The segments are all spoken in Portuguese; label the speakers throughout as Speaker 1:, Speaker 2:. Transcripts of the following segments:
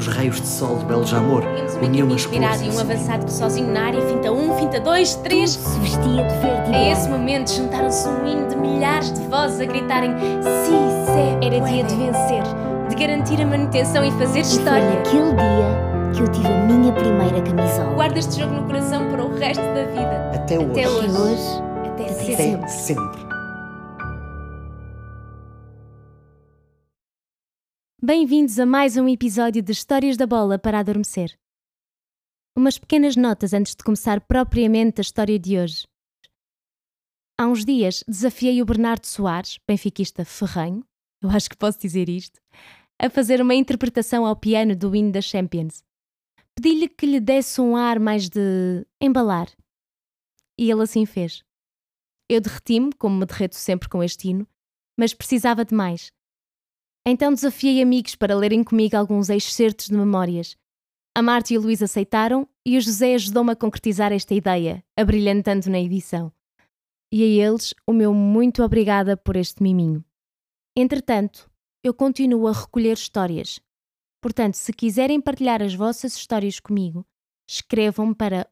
Speaker 1: os raios de sol de Beljamor
Speaker 2: Temos uma
Speaker 1: uniam
Speaker 2: equipe
Speaker 1: as
Speaker 2: inspirada
Speaker 1: cores.
Speaker 2: e um avançado que sozinho na área, finta 1, finta 2, 3.
Speaker 3: Tudo se vestia de verde e
Speaker 2: A esse
Speaker 3: branco.
Speaker 2: momento juntaram-se um hino de milhares de vozes a gritarem "Sí, se
Speaker 3: Era
Speaker 2: puede",
Speaker 3: dia de vencer.
Speaker 2: de garantir a manutenção e fazer
Speaker 3: E foi
Speaker 2: história.
Speaker 3: naquele dia que eu tive a minha primeira camisola.
Speaker 2: Guarda este jogo no coração para o resto da vida.
Speaker 1: Até hoje.
Speaker 2: Até hoje.
Speaker 3: Até hoje,
Speaker 2: Até
Speaker 3: até
Speaker 2: sempre.
Speaker 1: Até sempre.
Speaker 4: Bem-vindos a mais um episódio de Histórias da Bola para Adormecer. Umas pequenas notas antes de começar propriamente a história de hoje. Há uns dias desafiei o Bernardo Soares, benfiquista ferrenho, eu acho que posso dizer isto, a fazer uma interpretação ao piano do hino da Champions. Pedi-lhe que lhe desse um ar mais de embalar. E ele assim fez. Eu derreti-me, como me derreto sempre com este hino, mas precisava de mais. Então desafiei amigos para lerem comigo alguns excertos de memórias. A Marta e o Luís aceitaram e o José ajudou-me a concretizar esta ideia, abrilhantando na edição. E a eles, o meu muito obrigada por este miminho. Entretanto, eu continuo a recolher histórias. Portanto, se quiserem partilhar as vossas histórias comigo, escrevam-me para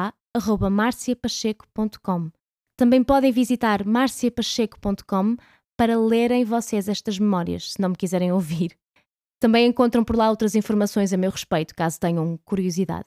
Speaker 4: olá@marciapacheco.com. Também podem visitar marciapacheco.com para lerem vocês estas memórias, se não me quiserem ouvir. Também encontram por lá outras informações a meu respeito, caso tenham curiosidade.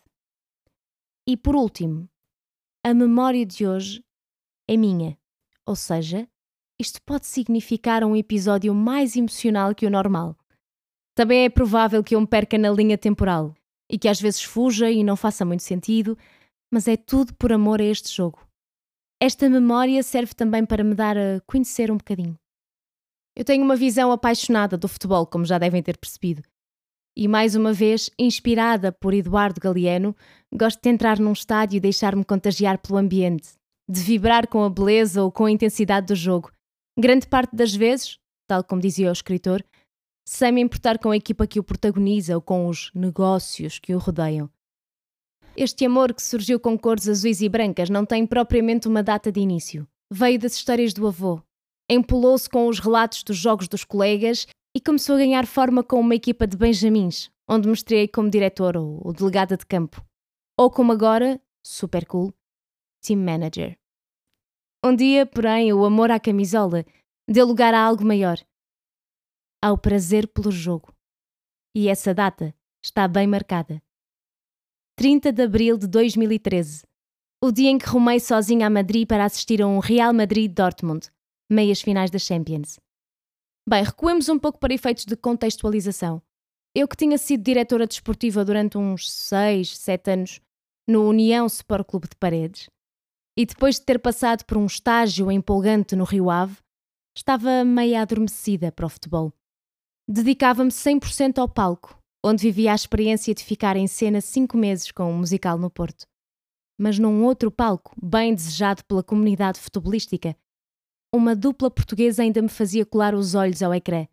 Speaker 4: E por último, a memória de hoje é minha. Ou seja, isto pode significar um episódio mais emocional que o normal. Também é provável que eu me perca na linha temporal e que às vezes fuja e não faça muito sentido, mas é tudo por amor a este jogo. Esta memória serve também para me dar a conhecer um bocadinho. Eu tenho uma visão apaixonada do futebol, como já devem ter percebido. E mais uma vez, inspirada por Eduardo Galeano, gosto de entrar num estádio e deixar-me contagiar pelo ambiente, de vibrar com a beleza ou com a intensidade do jogo. Grande parte das vezes, tal como dizia o escritor, sem me importar com a equipa que o protagoniza ou com os negócios que o rodeiam. Este amor que surgiu com cores azuis e brancas não tem propriamente uma data de início. Veio das histórias do avô. Empolou-se com os relatos dos jogos dos colegas e começou a ganhar forma com uma equipa de benjamins, onde me estreiei como diretor ou delegada de campo. Ou como agora, super cool, team manager. Um dia, porém, o amor à camisola deu lugar a algo maior. Ao prazer pelo jogo. E essa data está bem marcada. 30 de abril de 2013. O dia em que rumei sozinha a Madrid para assistir a um Real Madrid-Dortmund. Meias finais da Champions. Bem, recuemos um pouco para efeitos de contextualização. Eu que tinha sido diretora desportiva durante uns 6, 7 anos no União Sport Clube de Paredes e depois de ter passado por um estágio empolgante no Rio Ave, estava meio adormecida para o futebol. Dedicava-me 100% ao palco, onde vivia a experiência de ficar em cena 5 meses com um musical no Porto. Mas num outro palco, bem desejado pela comunidade futebolística, uma dupla portuguesa ainda me fazia colar os olhos ao ecrã.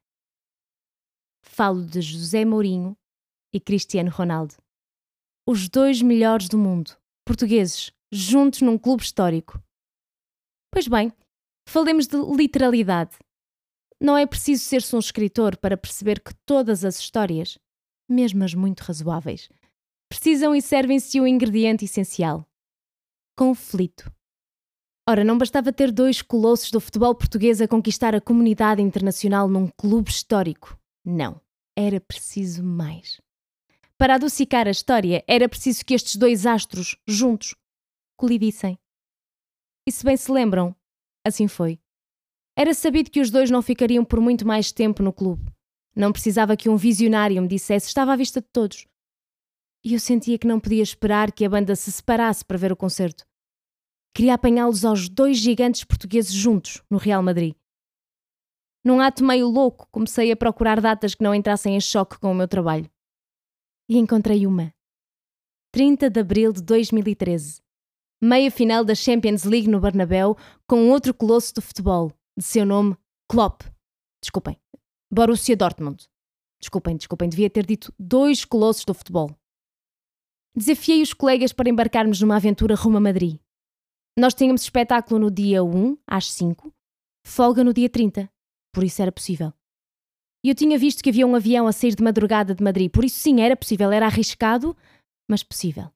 Speaker 4: Falo de José Mourinho e Cristiano Ronaldo. Os dois melhores do mundo, portugueses, juntos num clube histórico. Pois bem, falemos de literalidade. Não é preciso ser-se um escritor para perceber que todas as histórias, mesmo as muito razoáveis, precisam e servem-se de um ingrediente essencial: conflito. Ora, não bastava ter dois colossos do futebol português a conquistar a comunidade internacional num clube histórico. Não, era preciso mais. Para adocicar a história, era preciso que estes dois astros, juntos, colidissem. E se bem se lembram, assim foi. Era sabido que os dois não ficariam por muito mais tempo no clube. Não precisava que um visionário me dissesse, estava à vista de todos. E eu sentia que não podia esperar que a banda se separasse para ver o concerto. Queria apanhá-los aos dois gigantes portugueses juntos, no Real Madrid. Num ato meio louco, comecei a procurar datas que não entrassem em choque com o meu trabalho. E encontrei uma. 30 de abril de 2013. Meia final da Champions League no Bernabéu, com outro colosso do futebol, de seu nome Klopp. Desculpem, Borussia Dortmund. Desculpem, devia ter dito dois colossos do futebol. Desafiei os colegas para embarcarmos numa aventura rumo a Madrid. Nós tínhamos espetáculo no dia 1, às 5, folga no dia 30, por isso era possível. E eu tinha visto que havia um avião a sair de madrugada de Madrid, por isso sim, era possível, era arriscado, mas possível.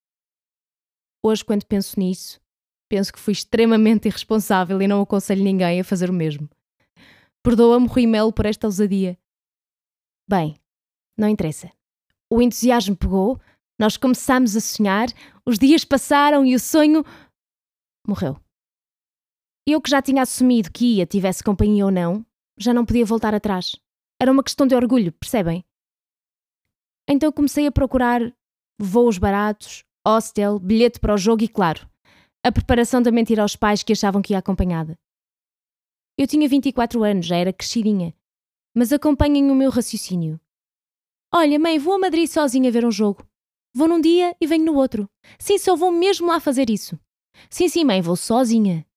Speaker 4: Hoje, quando penso nisso, penso que fui extremamente irresponsável e não aconselho ninguém a fazer o mesmo. Perdoa-me, Rui Melo, por esta ousadia. Bem, não interessa. O entusiasmo pegou, nós começámos a sonhar, os dias passaram e o sonho morreu. Eu que já tinha assumido que ia, tivesse companhia ou não, já não podia voltar atrás. Era uma questão de orgulho, percebem? Então comecei a procurar voos baratos, hostel, bilhete para o jogo e, claro, a preparação da mentira aos pais que achavam que ia acompanhada. Eu tinha 24 anos, já era crescidinha, mas acompanhem o meu raciocínio. Olha, mãe, vou a Madrid sozinha ver um jogo. Vou num dia e venho no outro. Sim, só vou mesmo lá fazer isso. Sim, mãe, vou sozinha.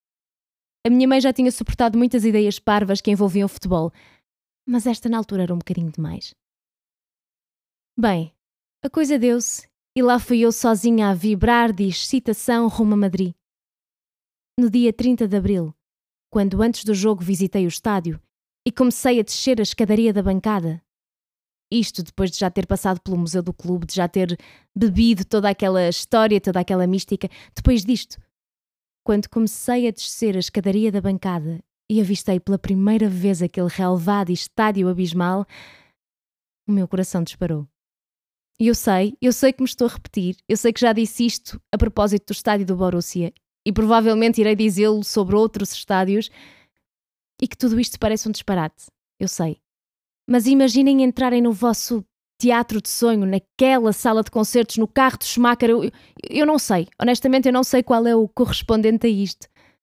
Speaker 4: A minha mãe já tinha suportado muitas ideias parvas que envolviam futebol, mas esta na altura era um bocadinho demais. Bem, a coisa deu-se e lá fui eu sozinha a vibrar de excitação rumo a Madrid. No dia 30 de abril, quando antes do jogo visitei o estádio e comecei a descer a escadaria da bancada. Isto depois de já ter passado pelo museu do clube, de já ter bebido toda aquela história, toda aquela mística. Depois disto, quando comecei a descer a escadaria da bancada e avistei pela primeira vez aquele relvado e estádio abismal, o meu coração disparou. E eu sei que me estou a repetir, eu sei que já disse isto a propósito do estádio do Borussia e provavelmente irei dizê-lo sobre outros estádios e que tudo isto parece um disparate, eu sei. Mas imaginem entrarem no vosso teatro de sonho, naquela sala de concertos, no carro de Schumacher, eu não sei, honestamente eu não sei qual é o correspondente a isto.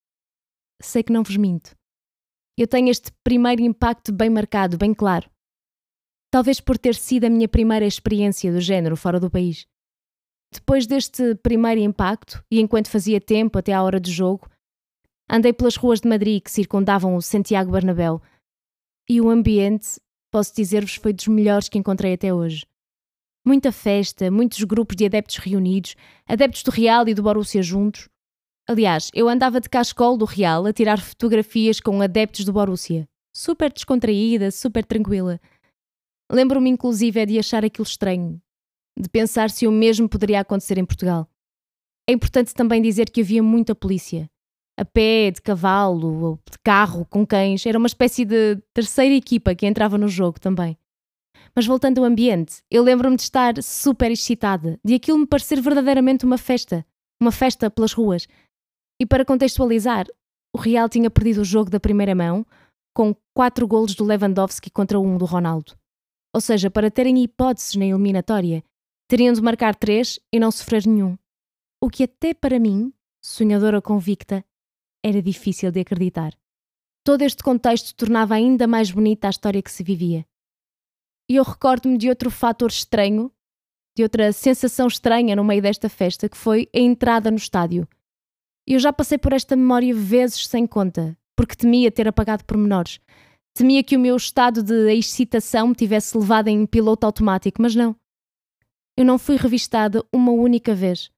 Speaker 4: Sei que não vos minto. Eu tenho este primeiro impacto bem marcado, bem claro. Talvez por ter sido a minha primeira experiência do género fora do país. Depois deste primeiro impacto, e enquanto fazia tempo até à hora do jogo, andei pelas ruas de Madrid que circundavam o Santiago Bernabéu e o ambiente, posso dizer-vos, foi dos melhores que encontrei até hoje. Muita festa, muitos grupos de adeptos reunidos, adeptos do Real e do Borussia juntos. Aliás, eu andava de cascol do Real a tirar fotografias com adeptos do Borussia. Super descontraída, super tranquila. Lembro-me inclusive de achar aquilo estranho, de pensar se o mesmo poderia acontecer em Portugal. É importante também dizer que havia muita polícia. A pé, de cavalo, ou de carro, com cães. Era uma espécie de terceira equipa que entrava no jogo também. Mas voltando ao ambiente, eu lembro-me de estar super excitada, de aquilo me parecer verdadeiramente uma festa pelas ruas. E para contextualizar, o Real tinha perdido o jogo da primeira mão, com 4 golos do Lewandowski contra 1 do Ronaldo. Ou seja, para terem hipóteses na eliminatória, teriam de marcar 3 e não sofrer nenhum. O que até para mim, sonhadora convicta, era difícil de acreditar. Todo este contexto tornava ainda mais bonita a história que se vivia. E eu recordo-me de outro fator estranho, de outra sensação estranha no meio desta festa, que foi a entrada no estádio. Eu já passei por esta memória vezes sem conta, porque temia ter apagado pormenores. Temia que o meu estado de excitação me tivesse levado em piloto automático, mas não. Eu não fui revistada uma única vez.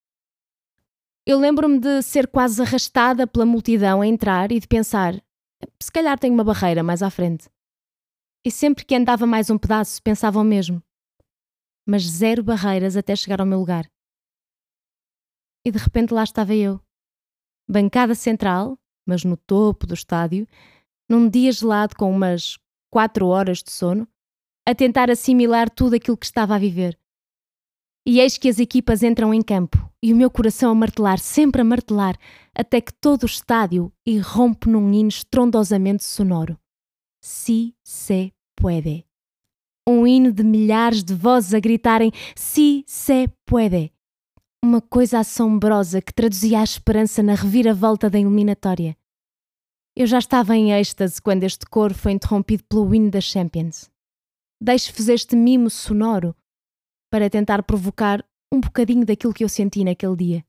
Speaker 4: Eu lembro-me de ser quase arrastada pela multidão a entrar e de pensar, se calhar tenho uma barreira mais à frente. E sempre que andava mais um pedaço, pensava o mesmo. Mas 0 barreiras até chegar ao meu lugar. E de repente lá estava eu. Bancada central, mas no topo do estádio, num dia gelado com umas 4 horas de sono, a tentar assimilar tudo aquilo que estava a viver. E eis que as equipas entram em campo e o meu coração a martelar, sempre a martelar, até que todo o estádio irrompe num hino estrondosamente sonoro. Si se puede. Um hino de milhares de vozes a gritarem Si se puede. Uma coisa assombrosa que traduzia a esperança na reviravolta da eliminatória. Eu já estava em êxtase quando este coro foi interrompido pelo hino da Champions. Deixo-vos este mimo sonoro para tentar provocar um bocadinho daquilo que eu senti naquele dia.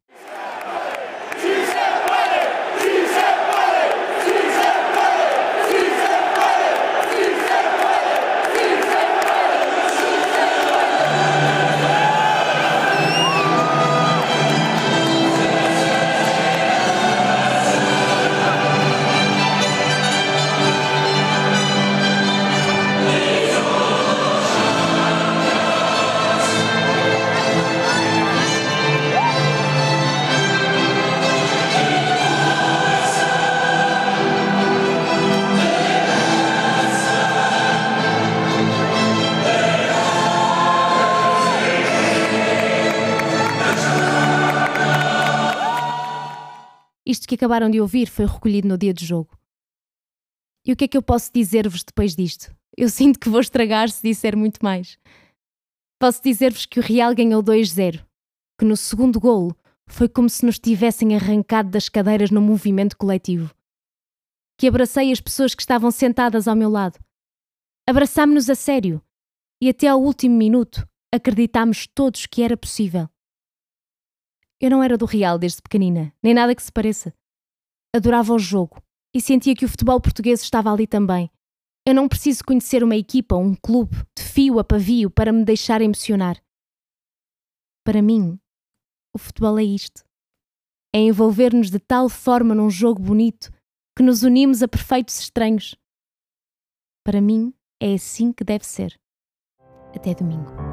Speaker 4: que acabaram de ouvir foi recolhido no dia de jogo. E o que é que eu posso dizer-vos depois disto? Eu sinto que vou estragar se disser muito mais. Posso dizer-vos que o Real ganhou 2-0, que no segundo golo foi como se nos tivessem arrancado das cadeiras num movimento coletivo. Que abracei as pessoas que estavam sentadas ao meu lado. Abraçámo-nos a sério e até ao último minuto acreditámos todos que era possível. Eu não era do Real desde pequenina, nem nada que se pareça. Adorava o jogo e sentia que o futebol português estava ali também. Eu não preciso conhecer uma equipa ou um clube de fio a pavio para me deixar emocionar. Para mim, o futebol é isto. É envolver-nos de tal forma num jogo bonito que nos unimos a perfeitos estranhos. Para mim, é assim que deve ser. Até domingo.